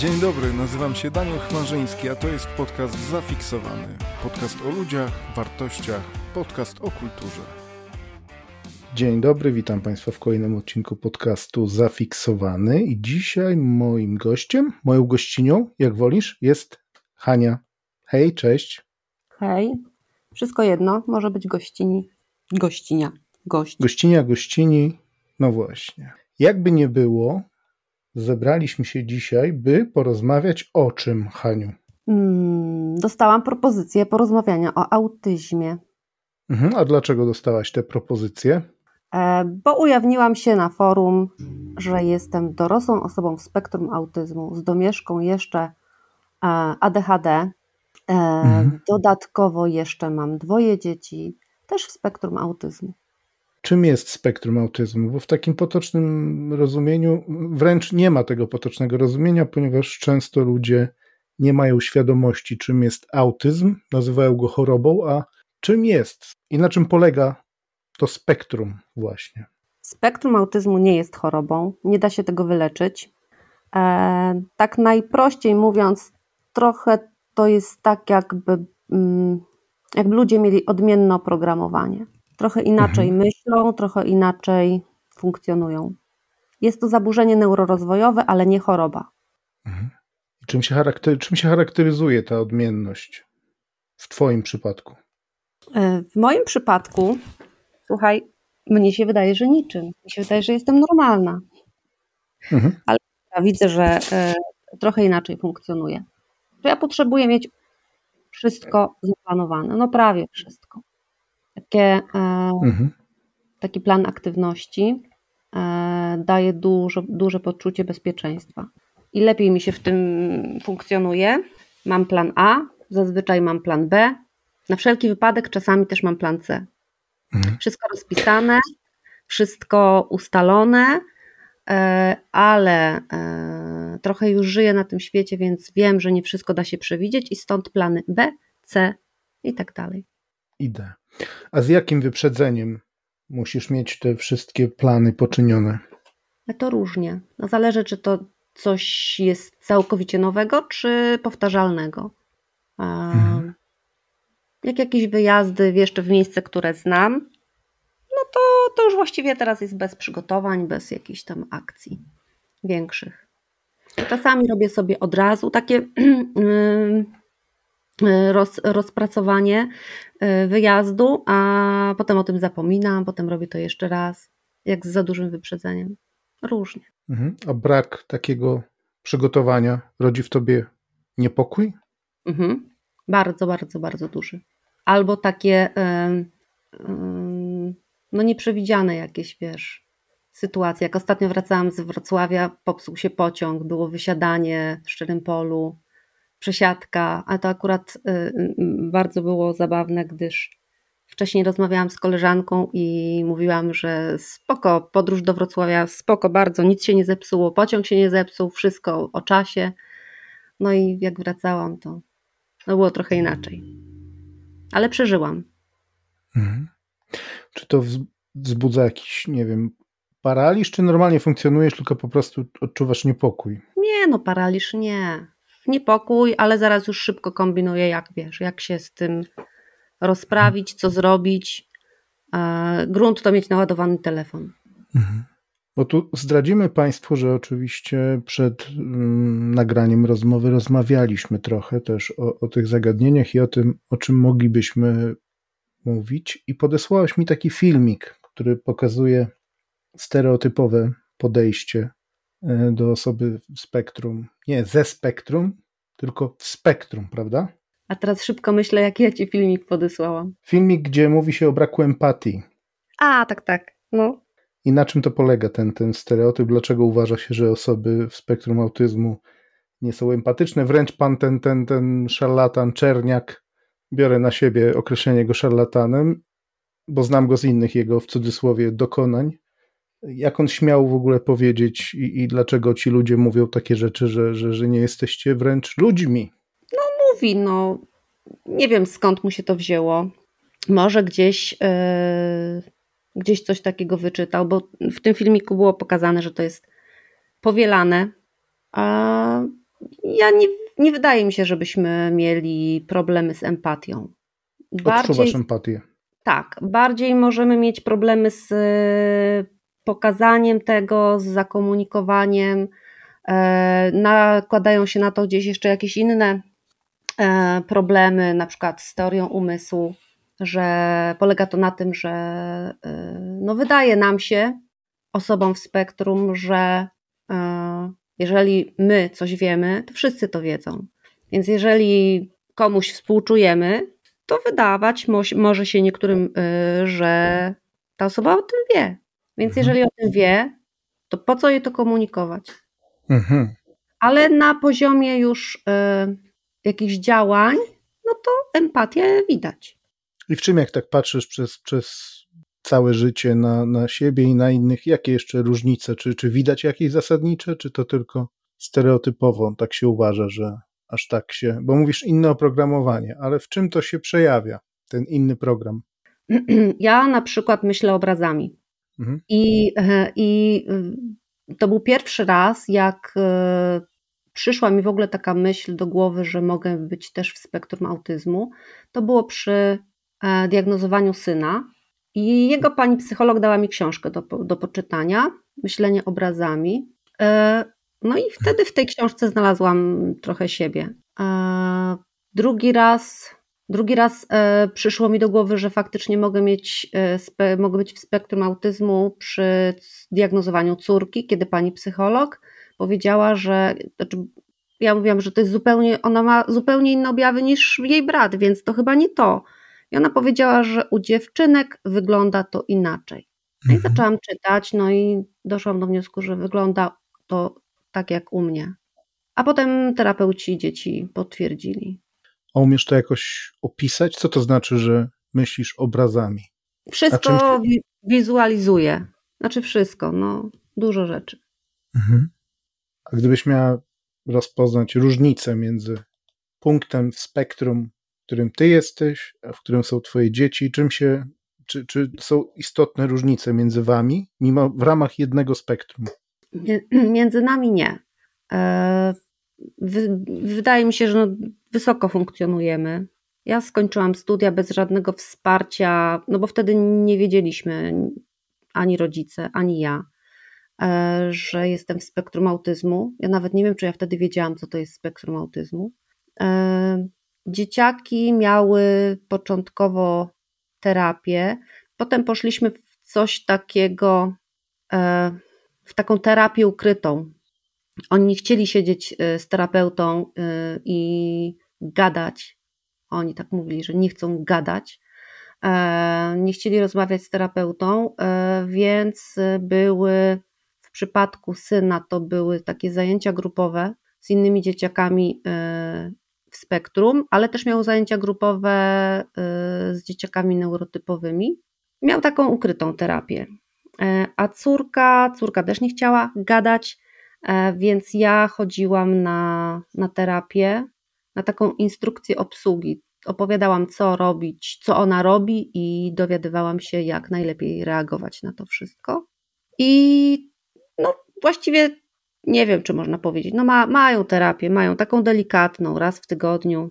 Dzień dobry, nazywam się Daniel Chmarzyński, a to jest podcast Zafiksowany. Podcast o ludziach, wartościach, podcast o kulturze. Dzień dobry, witam Państwa w kolejnym odcinku podcastu Zafiksowany i dzisiaj moim gościem, moją gościnią, jak wolisz, jest Hania. Hej, cześć. Hej, wszystko jedno, może być gościni, gościnia, gość. Gościni, no właśnie. Jakby nie było, zebraliśmy się dzisiaj, by porozmawiać o czym, Haniu? Dostałam propozycję porozmawiania o autyzmie. A dlaczego dostałaś tę propozycję? Bo ujawniłam się na forum, że jestem dorosłą osobą w spektrum autyzmu z domieszką jeszcze ADHD. Dodatkowo jeszcze mam 2 dzieci, też w spektrum autyzmu. Czym jest spektrum autyzmu? Bo w takim potocznym rozumieniu wręcz nie ma tego potocznego rozumienia, ponieważ często ludzie nie mają świadomości, czym jest autyzm, nazywają go chorobą, a czym jest i na czym polega to spektrum właśnie. Spektrum autyzmu nie jest chorobą, nie da się tego wyleczyć. Tak najprościej mówiąc, trochę to jest tak, jakby ludzie mieli odmienne oprogramowanie. Trochę inaczej myślą, trochę inaczej funkcjonują. Jest to zaburzenie neurorozwojowe, ale nie choroba. Czym się charakteryzuje ta odmienność w Twoim przypadku? W moim przypadku, słuchaj, mnie się wydaje, że niczym. Mi się wydaje, że jestem normalna. Ale ja widzę, że trochę inaczej funkcjonuję. Że ja potrzebuję mieć wszystko zaplanowane. No prawie wszystko. Taki plan aktywności daje duże poczucie bezpieczeństwa. I lepiej mi się w tym funkcjonuje. Mam plan A, zazwyczaj mam plan B. Na wszelki wypadek czasami też mam plan C. Wszystko rozpisane, wszystko ustalone, ale trochę już żyję na tym świecie, więc wiem, że nie wszystko da się przewidzieć i stąd plany B, C i tak dalej. Idę. A z jakim wyprzedzeniem musisz mieć te wszystkie plany poczynione? To różnie. No zależy, czy to coś jest całkowicie nowego, czy powtarzalnego. Jak jakieś wyjazdy jeszcze w miejsce, które znam, no to już właściwie teraz jest bez przygotowań, bez jakichś tam akcji większych. Czasami robię sobie od razu takie rozpracowanie wyjazdu, a potem o tym zapominam, potem robię to jeszcze raz, jak z za dużym wyprzedzeniem. Różnie. A brak takiego przygotowania rodzi w tobie niepokój? Bardzo, bardzo, bardzo duży. Albo takie nieprzewidziane jakieś, sytuacje. Jak ostatnio wracałam z Wrocławia, popsuł się pociąg, było wysiadanie w Szczerym Polu, przesiadka, a to akurat bardzo było zabawne, gdyż wcześniej rozmawiałam z koleżanką i mówiłam, że spoko, podróż do Wrocławia, spoko bardzo, nic się nie zepsuło, pociąg się nie zepsuł, wszystko o czasie. No i jak wracałam, to było trochę inaczej. Ale przeżyłam. Czy to wzbudza jakiś, nie wiem, paraliż, czy normalnie funkcjonujesz, tylko po prostu odczuwasz niepokój? Nie, paraliż nie. Niepokój, ale zaraz już szybko kombinuję, jak się z tym rozprawić, co zrobić. Grunt to mieć naładowany telefon. Bo tu zdradzimy Państwu, że oczywiście przed nagraniem rozmowy rozmawialiśmy trochę też o tych zagadnieniach i o tym, o czym moglibyśmy mówić, i podesłałaś mi taki filmik, który pokazuje stereotypowe podejście do osoby w spektrum. Nie ze spektrum, tylko w spektrum, prawda? A teraz szybko myślę, jaki ja Ci filmik podesłałam. Filmik, gdzie mówi się o braku empatii. Tak. No. I na czym to polega ten stereotyp? Dlaczego uważa się, że osoby w spektrum autyzmu nie są empatyczne? Wręcz pan ten szarlatan, Czerniak, biorę na siebie określenie go szarlatanem, bo znam go z innych jego, w cudzysłowie, dokonań. Jak on śmiał w ogóle powiedzieć i dlaczego ci ludzie mówią takie rzeczy, że nie jesteście wręcz ludźmi? Mówi, nie wiem skąd mu się to wzięło. Może gdzieś coś takiego wyczytał, bo w tym filmiku było pokazane, że to jest powielane. nie wydaje mi się, żebyśmy mieli problemy z empatią. Odczuwasz empatię. Tak, bardziej możemy mieć problemy z pokazaniem tego, z zakomunikowaniem. Nakładają się na to gdzieś jeszcze jakieś inne problemy, na przykład z teorią umysłu, że polega to na tym, że wydaje nam się, osobom w spektrum, że jeżeli my coś wiemy, to wszyscy to wiedzą. Więc jeżeli komuś współczujemy, to wydawać może się niektórym, że ta osoba o tym wie. Więc jeżeli o tym wie, to po co jej to komunikować? Ale na poziomie już jakichś działań, no to empatię widać. I w czym, jak tak patrzysz przez całe życie na siebie i na innych, jakie jeszcze różnice? Czy widać jakieś zasadnicze, czy to tylko stereotypowo tak się uważa, że aż tak się... Bo mówisz inne oprogramowanie, ale w czym to się przejawia, ten inny program? Ja na przykład myślę obrazami. I to był pierwszy raz, jak przyszła mi w ogóle taka myśl do głowy, że mogę być też w spektrum autyzmu. To było przy diagnozowaniu syna i jego pani psycholog dała mi książkę do poczytania, Myślenie obrazami. No i wtedy w tej książce znalazłam trochę siebie. Drugi raz przyszło mi do głowy, że faktycznie mogę być w spektrum autyzmu przy diagnozowaniu córki, kiedy pani psycholog powiedziała, że ja mówiłam, że to jest ona ma zupełnie inne objawy niż jej brat, więc to chyba nie to. I ona powiedziała, że u dziewczynek wygląda to inaczej. No i zaczęłam czytać, no i doszłam do wniosku, że wygląda to tak jak u mnie. A potem terapeuci dzieci potwierdzili. A umiesz to jakoś opisać? Co to znaczy, że myślisz obrazami? Wszystko wizualizuję. Znaczy wszystko, dużo rzeczy. A gdybyś miała rozpoznać różnicę między punktem w spektrum, w którym ty jesteś, a w którym są twoje dzieci, czy są istotne różnice między wami, mimo w ramach jednego spektrum? Między nami nie. Wydaje mi się, że wysoko funkcjonujemy. Ja skończyłam studia bez żadnego wsparcia, bo wtedy nie wiedzieliśmy, ani rodzice, ani ja, że jestem w spektrum autyzmu. Ja nawet nie wiem, czy ja wtedy wiedziałam, co to jest spektrum autyzmu. Dzieciaki miały początkowo terapię, potem poszliśmy w coś takiego, w taką terapię ukrytą. Oni nie chcieli siedzieć z terapeutą i gadać. Oni tak mówili, że nie chcą gadać. Nie chcieli rozmawiać z terapeutą, więc w przypadku syna to były takie zajęcia grupowe z innymi dzieciakami w spektrum, ale też miał zajęcia grupowe z dzieciakami neurotypowymi. Miał taką ukrytą terapię. A córka też nie chciała gadać, więc ja chodziłam na terapię, na taką instrukcję obsługi. Opowiadałam, co robić, co ona robi i dowiadywałam się, jak najlepiej reagować na to wszystko. I właściwie nie wiem, czy można powiedzieć, mają terapię, mają taką delikatną, raz w tygodniu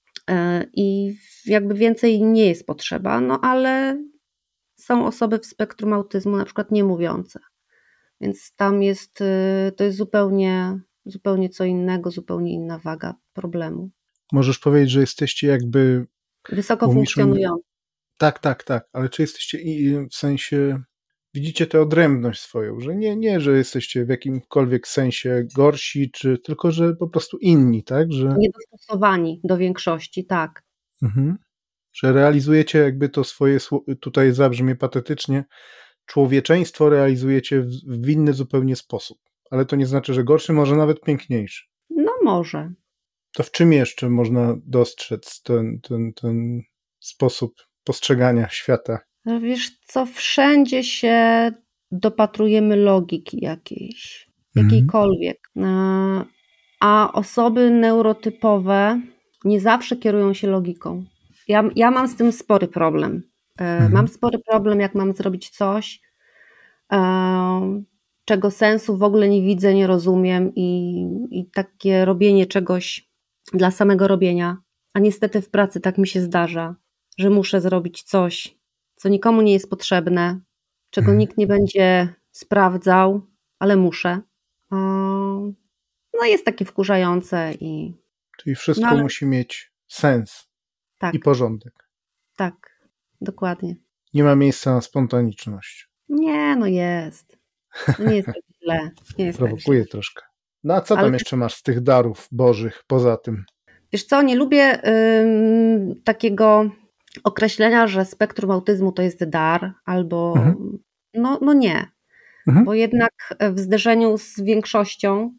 i jakby więcej nie jest potrzeba, ale są osoby w spektrum autyzmu na przykład niemówiące, więc tam to jest zupełnie co innego, zupełnie inna waga problemu. Możesz powiedzieć, że jesteście jakby... Wysoko funkcjonujący. Tak, ale czy jesteście w sensie... Widzicie tę odrębność swoją, że nie, że jesteście w jakimkolwiek sensie gorsi, tylko że po prostu inni, tak? Że... Niedostosowani do większości, tak. Że realizujecie jakby to swoje, tutaj zabrzmie patetycznie, człowieczeństwo realizujecie w inny zupełnie sposób. Ale to nie znaczy, że gorszy, może nawet piękniejszy. Może. To w czym jeszcze można dostrzec ten sposób postrzegania świata? Wiesz co, wszędzie się dopatrujemy logiki jakiejkolwiek. A osoby neurotypowe nie zawsze kierują się logiką. Ja mam z tym spory problem. Mam spory problem, jak mam zrobić coś czego sensu w ogóle nie widzę, nie rozumiem i takie robienie czegoś dla samego robienia, a niestety w pracy tak mi się zdarza, że muszę zrobić coś, co nikomu nie jest potrzebne, czego nikt nie będzie sprawdzał, ale muszę. No jest takie wkurzające i... Czyli wszystko musi mieć sens i porządek. Tak, dokładnie. Nie ma miejsca na spontaniczność. Nie, no jest. No nie jest tak źle. Nie jest prowokuje tak źle. troszkę. No a co tam jeszcze masz z tych darów bożych poza tym? Wiesz co, nie lubię takiego określenia, że spektrum autyzmu to jest dar, albo no nie. Bo jednak w zderzeniu z większością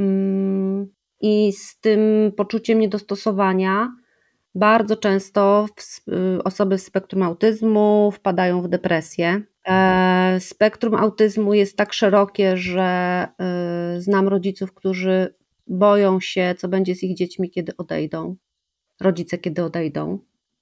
i z tym poczuciem niedostosowania bardzo często osoby z spektrum autyzmu wpadają w depresję. Spektrum autyzmu jest tak szerokie, że znam rodziców, którzy boją się, co będzie z ich dziećmi, kiedy odejdą. Rodzice, kiedy odejdą.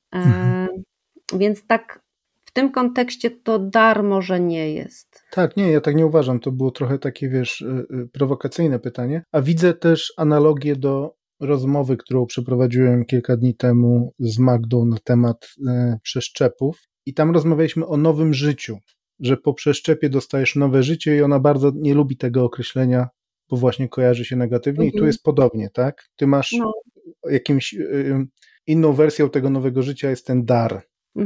Więc tak w tym kontekście to dar może nie jest. Tak, nie, ja tak nie uważam. To było trochę takie, wiesz, prowokacyjne pytanie. A widzę też analogię do rozmowy, którą przeprowadziłem kilka dni temu z Magdą na temat przeszczepów. I tam rozmawialiśmy o nowym życiu, że po przeszczepie dostajesz nowe życie i ona bardzo nie lubi tego określenia, bo właśnie kojarzy się negatywnie i tu jest podobnie, tak? Ty masz jakimś inną wersją tego nowego życia jest ten dar.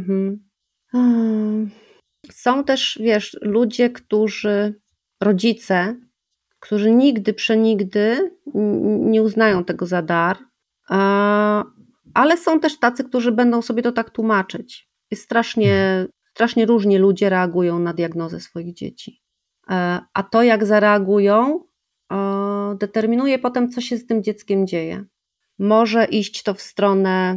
Są też, wiesz, ludzie, rodzice, którzy nigdy, przenigdy nie uznają tego za dar, ale są też tacy, którzy będą sobie to tak tłumaczyć. Jest strasznie różnie ludzie reagują na diagnozę swoich dzieci. A to, jak zareagują, determinuje potem, co się z tym dzieckiem dzieje. Może iść to w stronę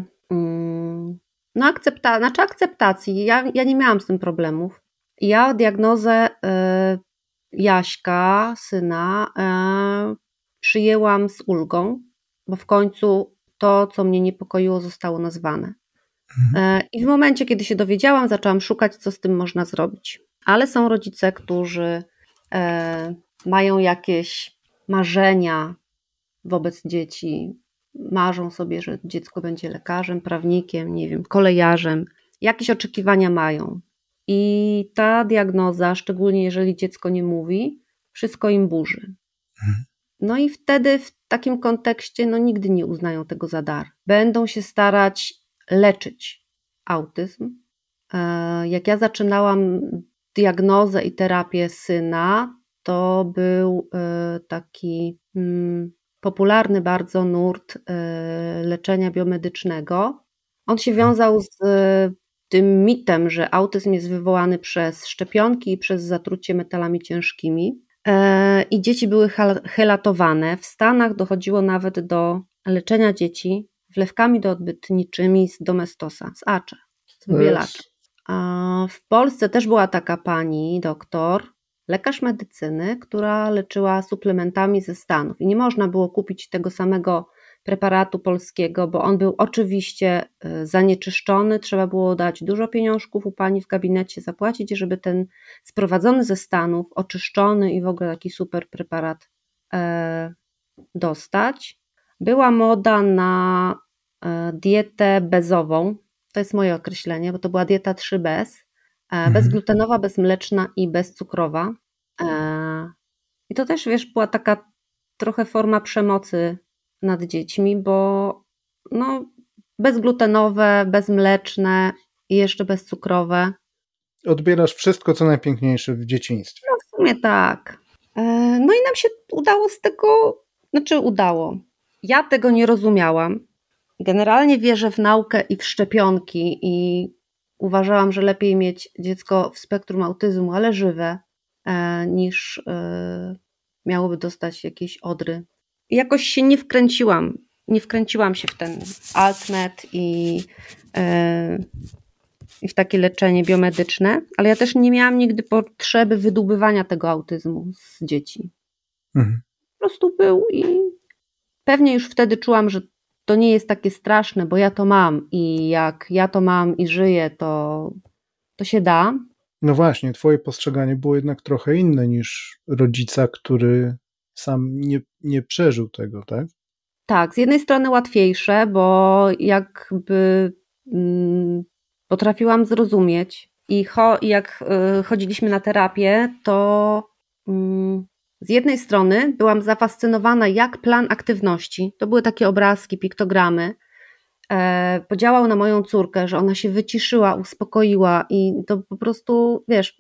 akceptacji. Ja nie miałam z tym problemów. Ja diagnozę Jaśka, syna, przyjęłam z ulgą, bo w końcu to, co mnie niepokoiło, zostało nazwane. I w momencie, kiedy się dowiedziałam, zaczęłam szukać, co z tym można zrobić. Ale są rodzice, którzy mają jakieś marzenia wobec dzieci. Marzą sobie, że dziecko będzie lekarzem, prawnikiem, nie wiem, kolejarzem. Jakieś oczekiwania mają. I ta diagnoza, szczególnie jeżeli dziecko nie mówi, wszystko im burzy. No i wtedy w takim kontekście nigdy nie uznają tego za dar. Będą się starać leczyć autyzm. Jak ja zaczynałam diagnozę i terapię syna, to był taki popularny bardzo nurt leczenia biomedycznego. On się wiązał z tym mitem, że autyzm jest wywołany przez szczepionki i przez zatrucie metalami ciężkimi. I dzieci były helatowane. W Stanach dochodziło nawet do leczenia dzieci wlewkami doodbytniczymi z Domestosa, z Acze, z wybielacza. W Polsce też była taka pani, doktor, lekarz medycyny, która leczyła suplementami ze Stanów. I nie można było kupić tego samego preparatu polskiego, bo on był oczywiście zanieczyszczony, trzeba było dać dużo pieniążków u pani w gabinecie, zapłacić, żeby ten sprowadzony ze Stanów, oczyszczony i w ogóle taki super preparat dostać. Była moda na dietę bezową, to jest moje określenie, bo to była dieta 3 bez, bezglutenowa, bezmleczna i bezcukrowa. I to też, wiesz, była taka trochę forma przemocy nad dziećmi, bo bezglutenowe, bezmleczne i jeszcze bezcukrowe. Odbierasz wszystko, co najpiękniejsze w dzieciństwie. No w sumie tak. No i nam się udało z tego, udało. Ja tego nie rozumiałam. Generalnie wierzę w naukę i w szczepionki i uważałam, że lepiej mieć dziecko w spektrum autyzmu, ale żywe, niż miałoby dostać jakieś odry. I jakoś się nie wkręciłam się w ten altmet i w takie leczenie biomedyczne, ale ja też nie miałam nigdy potrzeby wydłubywania tego autyzmu z dzieci. Po prostu był i pewnie już wtedy czułam, że to nie jest takie straszne, bo ja to mam i jak ja to mam i żyję, to się da. No właśnie, twoje postrzeganie było jednak trochę inne niż rodzica, który sam nie przeżył tego, tak? Tak, z jednej strony łatwiejsze, bo jakby potrafiłam zrozumieć i jak chodziliśmy na terapię, to z jednej strony byłam zafascynowana, jak plan aktywności, to były takie obrazki, piktogramy, podziałał na moją córkę, że ona się wyciszyła, uspokoiła i to po prostu, wiesz,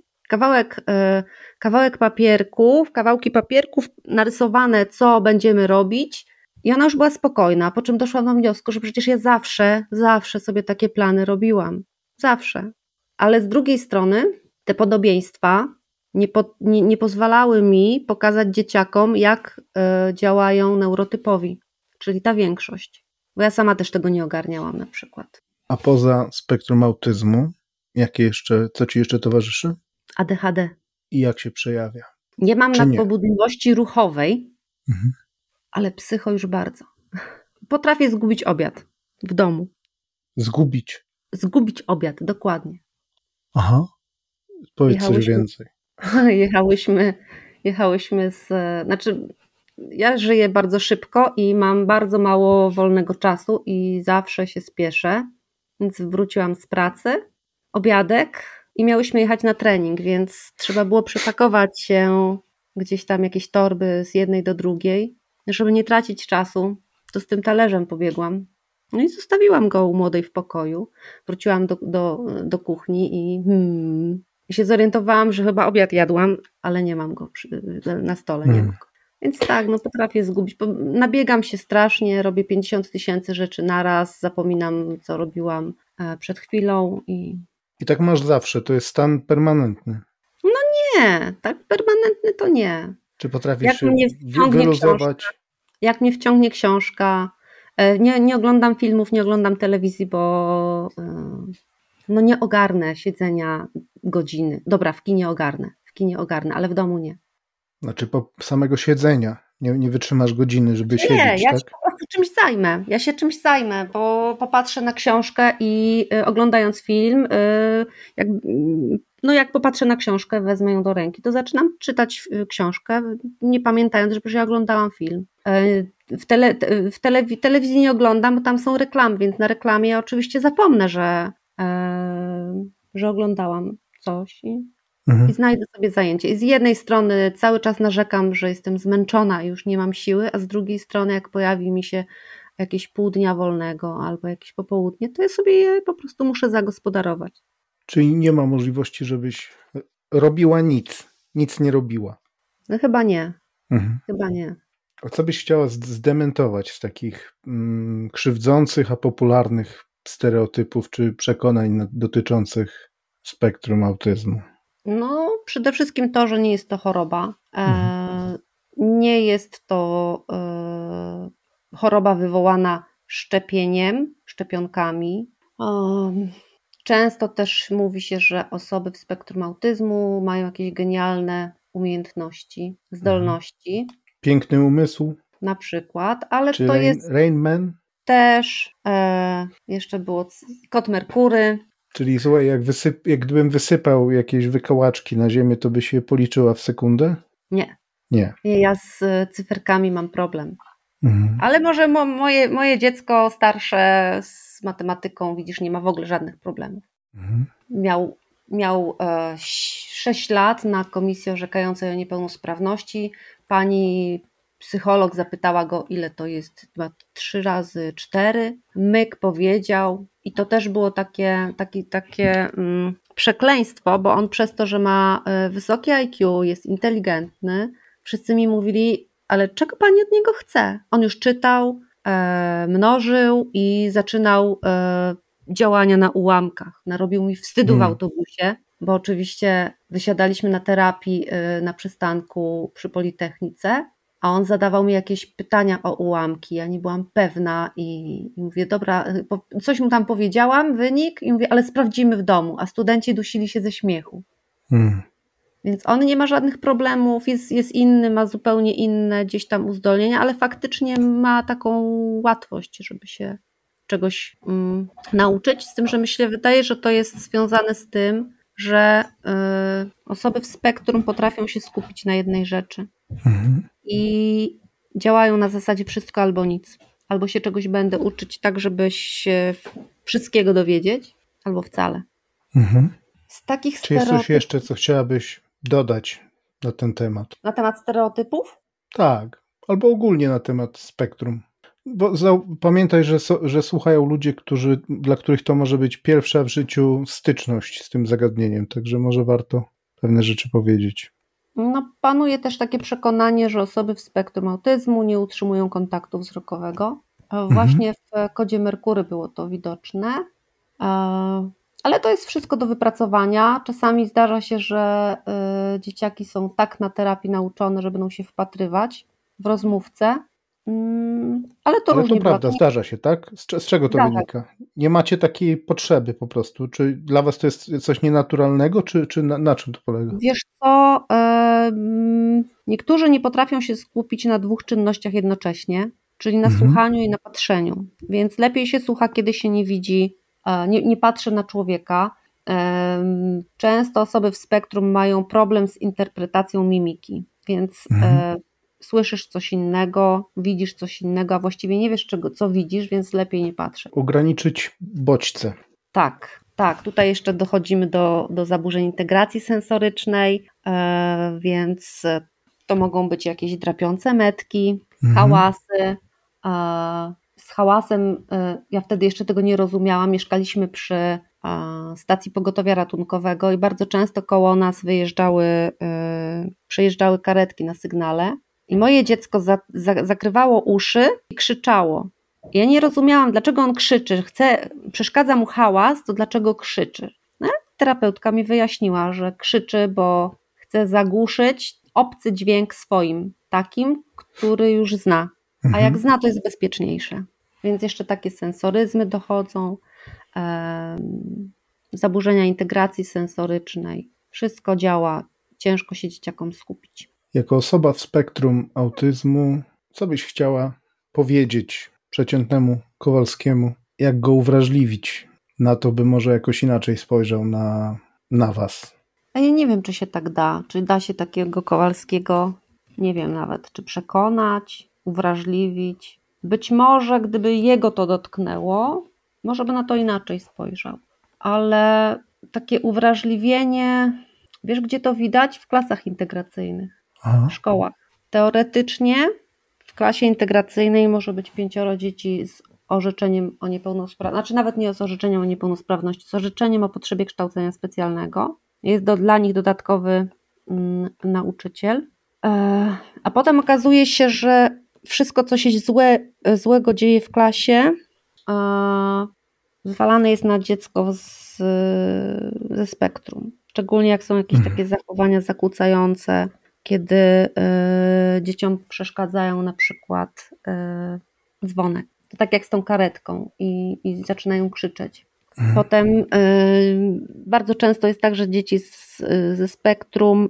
kawałki papierków narysowane, co będziemy robić i ona już była spokojna, po czym doszłam do wniosku, że przecież ja zawsze sobie takie plany robiłam. Zawsze. Ale z drugiej strony te podobieństwa nie pozwalały mi pokazać dzieciakom, jak działają neurotypowi, czyli ta większość. Bo ja sama też tego nie ogarniałam na przykład. A poza spektrum autyzmu, co ci jeszcze towarzyszy? ADHD. I jak się przejawia? Nie mam nadpobudliwości ruchowej, ale psycho już bardzo. Potrafię zgubić obiad w domu. Zgubić? Zgubić obiad, dokładnie. Aha. Powiedz coś więcej. Jechałyśmy znaczy ja żyję bardzo szybko i mam bardzo mało wolnego czasu i zawsze się spieszę, więc wróciłam z pracy, obiadek i miałyśmy jechać na trening, więc trzeba było przepakować się gdzieś tam jakieś torby z jednej do drugiej, żeby nie tracić czasu, to z tym talerzem pobiegłam. No i zostawiłam go u młodej w pokoju, wróciłam do kuchni i się zorientowałam, że chyba obiad jadłam, ale nie mam go na stole, nie ma go. Więc tak, no potrafię zgubić. Nabiegam się strasznie, robię 50 000 rzeczy naraz, zapominam, co robiłam przed chwilą. I tak masz zawsze, to jest stan permanentny? No nie, tak permanentny to nie. Czy potrafisz się wyluzować? Jak mnie wciągnie książka, nie oglądam filmów, nie oglądam telewizji, bo no nie ogarnę siedzenia godziny. Dobra, w kinie ogarnę, ale w domu nie. Znaczy samego siedzenia. Nie wytrzymasz godziny, żeby siedzieć, tak? Ja się po prostu czymś zajmę, bo popatrzę na książkę i oglądając film, jak popatrzę na książkę, wezmę ją do ręki, to zaczynam czytać książkę, nie pamiętając, że przecież ja oglądałam film. W telewizji nie oglądam, bo tam są reklamy, więc na reklamie ja oczywiście zapomnę, że oglądałam coś i znajdę sobie zajęcie. I z jednej strony cały czas narzekam, że jestem zmęczona i już nie mam siły, a z drugiej strony jak pojawi mi się jakieś pół dnia wolnego albo jakieś popołudnie, to ja sobie je po prostu muszę zagospodarować. Czyli nie ma możliwości, żebyś robiła nic nie robiła? No chyba nie. Chyba nie. A co byś chciała zdementować z takich krzywdzących, a popularnych stereotypów czy przekonań dotyczących spektrum autyzmu? No, przede wszystkim to, że nie jest to choroba. Nie jest to choroba wywołana szczepionkami. Często też mówi się, że osoby w spektrum autyzmu mają jakieś genialne umiejętności, zdolności. Piękny umysł. Na przykład, ale czy to jest Rain Man? Też. Jeszcze było kot Merkury. Czyli słuchaj, jak gdybym wysypał jakieś wykałaczki na ziemię, to byś je policzyła w sekundę? Nie. Ja z cyferkami mam problem. Ale może moje dziecko starsze z matematyką, widzisz, nie ma w ogóle żadnych problemów. Miał 6 lat na komisji orzekającej o niepełnosprawności. Pani psycholog zapytała go, ile to jest, chyba 3 razy 4. Myk powiedział i to też było takie przekleństwo, bo on przez to, że ma wysokie IQ, jest inteligentny, wszyscy mi mówili, ale czego pani od niego chce? On już czytał, mnożył i zaczynał działania na ułamkach. Narobił mi wstydu w autobusie, bo oczywiście wysiadaliśmy na terapii na przystanku przy Politechnice, a on zadawał mi jakieś pytania o ułamki. Ja nie byłam pewna i mówię, dobra, coś mu tam powiedziałam, wynik i mówię, ale sprawdzimy w domu, a studenci dusili się ze śmiechu. Więc on nie ma żadnych problemów, jest inny, ma zupełnie inne gdzieś tam uzdolnienia, ale faktycznie ma taką łatwość, żeby się czegoś nauczyć, z tym, że wydaje, że to jest związane z tym, że osoby w spektrum potrafią się skupić na jednej rzeczy i działają na zasadzie wszystko albo nic. Albo się czegoś będę uczyć tak, żeby się wszystkiego dowiedzieć, albo wcale. Z takich Czy jest coś jeszcze, co chciałabyś dodać na ten temat? Na temat stereotypów? Tak, albo ogólnie na temat spektrum. Bo pamiętaj, że słuchają ludzie, dla których to może być pierwsza w życiu styczność z tym zagadnieniem, także może warto pewne rzeczy powiedzieć. No, panuje też takie przekonanie, że osoby w spektrum autyzmu nie utrzymują kontaktu wzrokowego. Właśnie w kodzie Merkury było to widoczne, ale to jest wszystko do wypracowania. Czasami zdarza się, że dzieciaki są tak na terapii nauczone, że będą się wpatrywać w rozmówcę, ale to różnie prawda, zdarza się, tak? Z czego to wynika? Nie macie takiej potrzeby po prostu? Czy dla was to jest coś nienaturalnego, czy na czym to polega? Wiesz co, niektórzy nie potrafią się skupić na dwóch czynnościach jednocześnie, czyli na słuchaniu i na patrzeniu, więc lepiej się słucha, kiedy się nie widzi, nie patrzy na człowieka. Często osoby w spektrum mają problem z interpretacją mimiki, więc słyszysz coś innego, widzisz coś innego, a właściwie nie wiesz, co widzisz, więc lepiej nie patrzeć. Ograniczyć bodźce. Tak. Tutaj jeszcze dochodzimy do zaburzeń integracji sensorycznej, więc to mogą być jakieś drapiące metki, hałasy. Z hałasem, ja wtedy jeszcze tego nie rozumiałam, mieszkaliśmy przy stacji pogotowia ratunkowego i bardzo często koło nas przejeżdżały karetki na sygnale i moje dziecko zakrywało uszy i krzyczało. Ja nie rozumiałam, dlaczego on krzyczy, przeszkadza mu hałas, to dlaczego krzyczy. No, terapeutka mi wyjaśniła, że krzyczy, bo chce zagłuszyć obcy dźwięk swoim, takim, który już zna. A jak zna, to jest bezpieczniejsze. Więc jeszcze takie sensoryzmy dochodzą, zaburzenia integracji sensorycznej. Wszystko działa, ciężko się dzieciakom skupić. Jako osoba w spektrum autyzmu, co byś chciała powiedzieć przeciętnemu Kowalskiemu, jak go uwrażliwić na to, by może jakoś inaczej spojrzał na was? A ja nie wiem, czy się tak da, czy da się takiego Kowalskiego, nie wiem nawet, czy przekonać, uwrażliwić. Być może, gdyby jego to dotknęło, może by na to inaczej spojrzał. Ale takie uwrażliwienie, wiesz, gdzie to widać? W klasach integracyjnych, w szkołach. Teoretycznie w klasie integracyjnej może być 5 dzieci z orzeczeniem o niepełnosprawności, znaczy nawet nie z orzeczeniem o niepełnosprawności, z orzeczeniem o potrzebie kształcenia specjalnego. Jest dla nich dodatkowy nauczyciel. A potem okazuje się, że wszystko, co się złego dzieje w klasie, zwalane jest na dziecko ze spektrum. Szczególnie jak są jakieś takie zachowania zakłócające, kiedy dzieciom przeszkadzają na przykład dzwonek. To tak jak z tą karetką i zaczynają krzyczeć. Potem bardzo często jest tak, że dzieci ze spektrum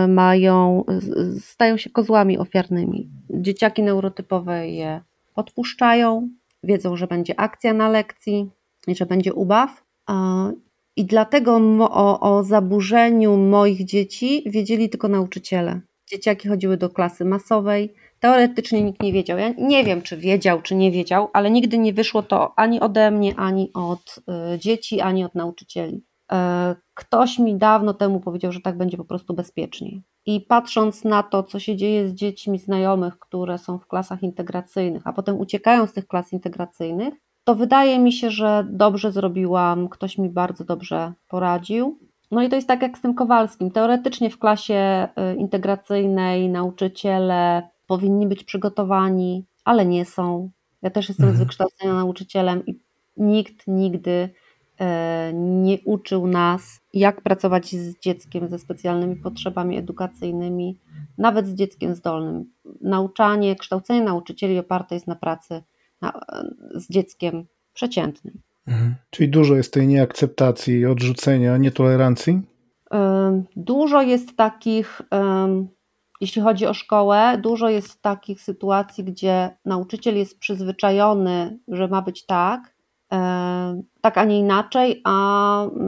stają się kozłami ofiarnymi. Dzieciaki neurotypowe je odpuszczają, wiedzą, że będzie akcja na lekcji i że będzie ubaw. I dlatego o zaburzeniu moich dzieci wiedzieli tylko nauczyciele. Dzieciaki chodziły do klasy masowej. Teoretycznie nikt nie wiedział. Ja nie wiem, czy wiedział, czy nie wiedział, ale nigdy nie wyszło to ani ode mnie, ani od dzieci, ani od nauczycieli. Ktoś mi dawno temu powiedział, że tak będzie po prostu bezpieczniej. I patrząc na to, co się dzieje z dziećmi znajomych, które są w klasach integracyjnych, a potem uciekają z tych klas integracyjnych, to wydaje mi się, że dobrze zrobiłam, ktoś mi bardzo dobrze poradził. No i to jest tak jak z tym Kowalskim. Teoretycznie w klasie integracyjnej nauczyciele powinni być przygotowani, ale nie są. Ja też jestem z wykształcenia nauczycielem i nikt nigdy nie uczył nas, jak pracować z dzieckiem ze specjalnymi potrzebami edukacyjnymi, nawet z dzieckiem zdolnym. Nauczanie, kształcenie nauczycieli oparte jest na pracy z dzieckiem przeciętnym. Czyli dużo jest tej nieakceptacji, odrzucenia, nietolerancji? Dużo jest takich, jeśli chodzi o szkołę, dużo jest takich sytuacji, gdzie nauczyciel jest przyzwyczajony, że ma być tak, a nie inaczej, a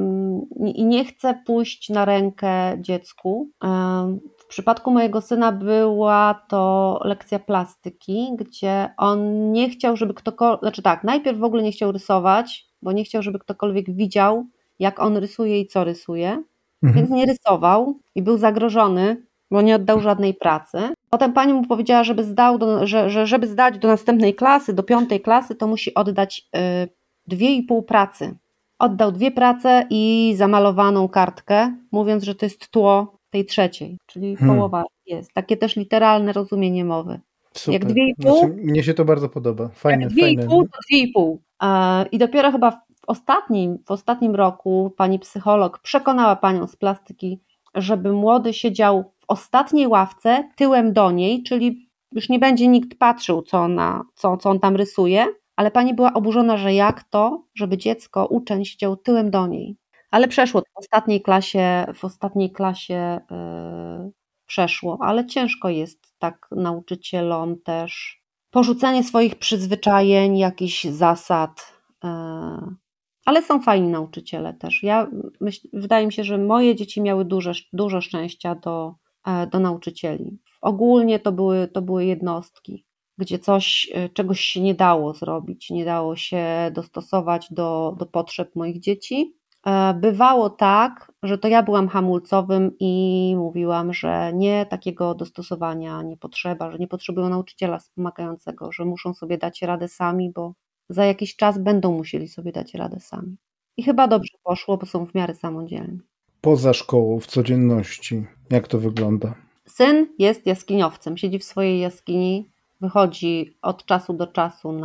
i nie chcę pójść na rękę dziecku. W przypadku mojego syna była to lekcja plastyki, gdzie on nie chciał, żeby ktokolwiek, znaczy tak, najpierw w ogóle nie chciał rysować, bo nie chciał, żeby ktokolwiek widział, jak on rysuje i co rysuje, więc nie rysował i był zagrożony, bo nie oddał żadnej pracy. Potem pani mu powiedziała, żeby zdać do następnej klasy, do 5. klasy, to musi oddać 2,5 pracy. Oddał 2 prace i zamalowaną kartkę, mówiąc, że to jest tło tej 3, czyli połowa jest. Takie też literalne rozumienie mowy. Super. Jak 2,5, znaczy, mnie się to bardzo podoba. Fajne, jak 2,5 fajne. to 2,5. I dopiero chyba w ostatnim roku pani psycholog przekonała panią z plastyki, żeby młody siedział w ostatniej ławce, tyłem do niej, czyli już nie będzie nikt patrzył, co on tam rysuje, ale pani była oburzona, że jak to, żeby dziecko, uczeń siedział tyłem do niej. Ale przeszło to w ostatniej klasie przeszło, ale ciężko jest tak nauczycielom też porzucenie swoich przyzwyczajeń, jakichś zasad, ale są fajni nauczyciele też. Wydaje mi się, że moje dzieci miały dużo szczęścia do nauczycieli. Ogólnie to były jednostki, gdzie czegoś się nie dało zrobić, nie dało się dostosować do potrzeb moich dzieci. Bywało tak, że to ja byłam hamulcowym i mówiłam, że nie, takiego dostosowania nie potrzeba, że nie potrzebują nauczyciela wspomagającego, że muszą sobie dać radę sami, bo za jakiś czas będą musieli sobie dać radę sami. I chyba dobrze poszło, bo są w miarę samodzielni. Poza szkołą, w codzienności, jak to wygląda? Syn jest jaskiniowcem, siedzi w swojej jaskini, wychodzi od czasu do czasu,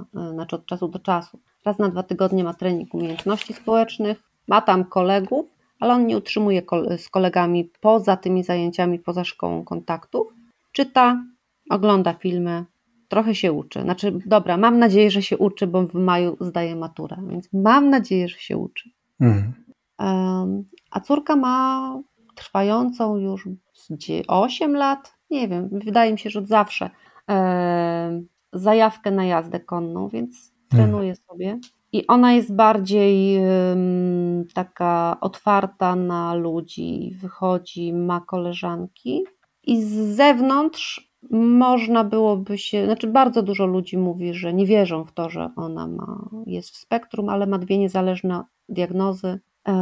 raz na 2 tygodnie ma trening umiejętności społecznych, ma tam kolegów, ale on nie utrzymuje z kolegami poza tymi zajęciami, poza szkołą kontaktów. Czyta, ogląda filmy, trochę się uczy. Mam nadzieję, że się uczy, bo w maju zdaje maturę, więc mam nadzieję, że się uczy. A córka ma trwającą już 8 lat, nie wiem, wydaje mi się, że od zawsze, zajawkę na jazdę konną, więc trenuje sobie. I ona jest bardziej taka otwarta na ludzi, wychodzi, ma koleżanki i z zewnątrz można byłoby bardzo dużo ludzi mówi, że nie wierzą w to, że ona jest w spektrum, ale ma 2 niezależne diagnozy,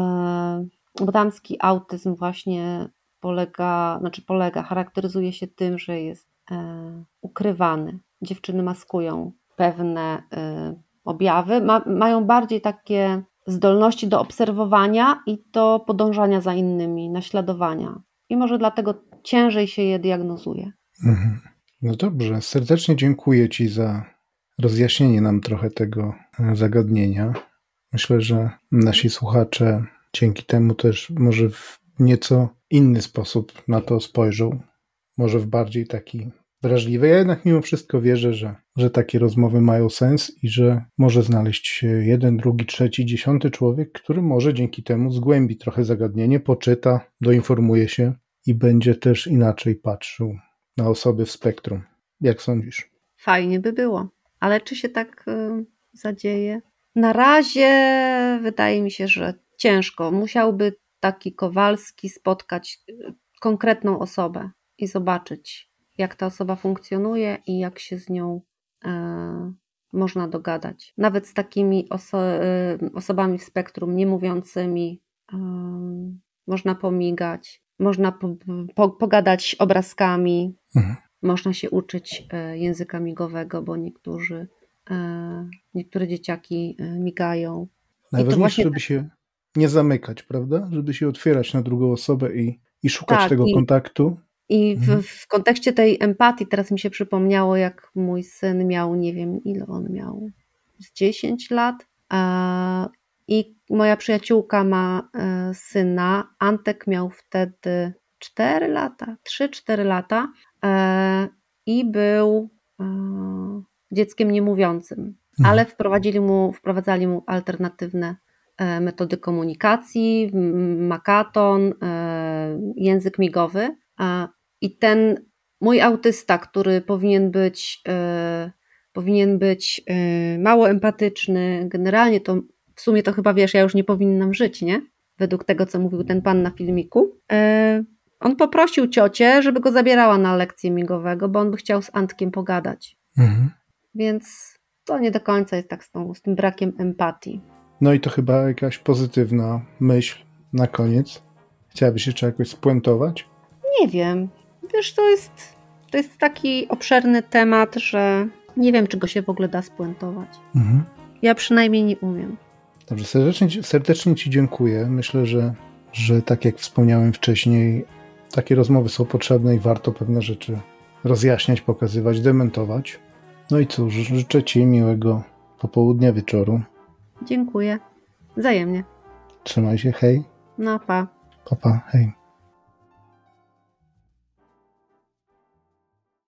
bo damski autyzm właśnie charakteryzuje się tym, że jest ukrywany. Dziewczyny maskują pewne objawy, mają bardziej takie zdolności do obserwowania i do podążania za innymi, naśladowania. I może dlatego ciężej się je diagnozuje. No dobrze, serdecznie dziękuję Ci za rozjaśnienie nam trochę tego zagadnienia. Myślę, że nasi słuchacze dzięki temu też może w nieco inny sposób na to spojrzą, może w bardziej taki wrażliwy. Ja jednak mimo wszystko wierzę, że takie rozmowy mają sens i że może znaleźć się 1, 2, 3, 10 człowiek, który może dzięki temu zgłębi trochę zagadnienie, poczyta, doinformuje się i będzie też inaczej patrzył na osoby w spektrum. Jak sądzisz? Fajnie by było, ale czy się tak zadzieje? Na razie wydaje mi się, że ciężko. Musiałby taki Kowalski spotkać konkretną osobę i zobaczyć, jak ta osoba funkcjonuje i jak się z nią można dogadać. Nawet z takimi osobami w spektrum niemówiącymi można pomigać, można pogadać obrazkami, można się uczyć języka migowego, bo niektóre dzieciaki migają. Najważniejsze, żeby się nie zamykać, prawda? Żeby się otwierać na drugą osobę i szukać tego kontaktu. I w kontekście tej empatii teraz mi się przypomniało, jak mój syn miał, nie wiem ile on miał, z 10 lat i moja przyjaciółka ma syna, Antek miał wtedy 4 lata, 3-4 lata i był dzieckiem niemówiącym, ale wprowadzali mu alternatywne metody komunikacji, makaton, język migowy. I ten mój autysta, który powinien być mało empatyczny, generalnie to w sumie to chyba wiesz, ja już nie powinnam żyć, nie? według tego, co mówił ten pan na filmiku. On poprosił ciocię, żeby go zabierała na lekcję migowego, bo on by chciał z Antkiem pogadać. Więc to nie do końca jest tak z tym brakiem empatii. No i to chyba jakaś pozytywna myśl na koniec. Chciałabyś jeszcze jakoś spuentować? Nie wiem. Wiesz, to jest taki obszerny temat, że nie wiem, czy go się w ogóle da spuentować. Ja przynajmniej nie umiem. Dobrze, serdecznie Ci dziękuję. Myślę, że tak jak wspomniałem wcześniej, takie rozmowy są potrzebne i warto pewne rzeczy rozjaśniać, pokazywać, dementować. No i cóż, życzę Ci miłego popołudnia, wieczoru. Dziękuję. Wzajemnie. Trzymaj się, hej. No, pa. Pa, hej.